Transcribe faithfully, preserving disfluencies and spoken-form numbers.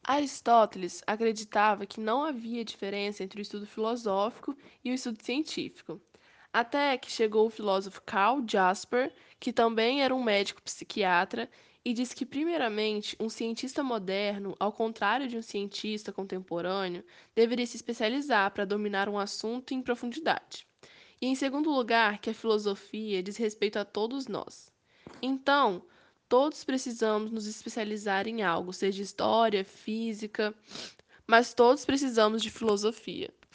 Aristóteles acreditava que não havia diferença entre o estudo filosófico e o estudo científico. Até que chegou o filósofo Karl Jasper, que também era um médico psiquiatra, e disse que, primeiramente, um cientista moderno, ao contrário de um cientista contemporâneo, deveria se especializar para dominar um assunto em profundidade. E, em segundo lugar, que a filosofia diz respeito a todos nós. Então, todos precisamos nos especializar em algo, seja história, física, mas todos precisamos de filosofia.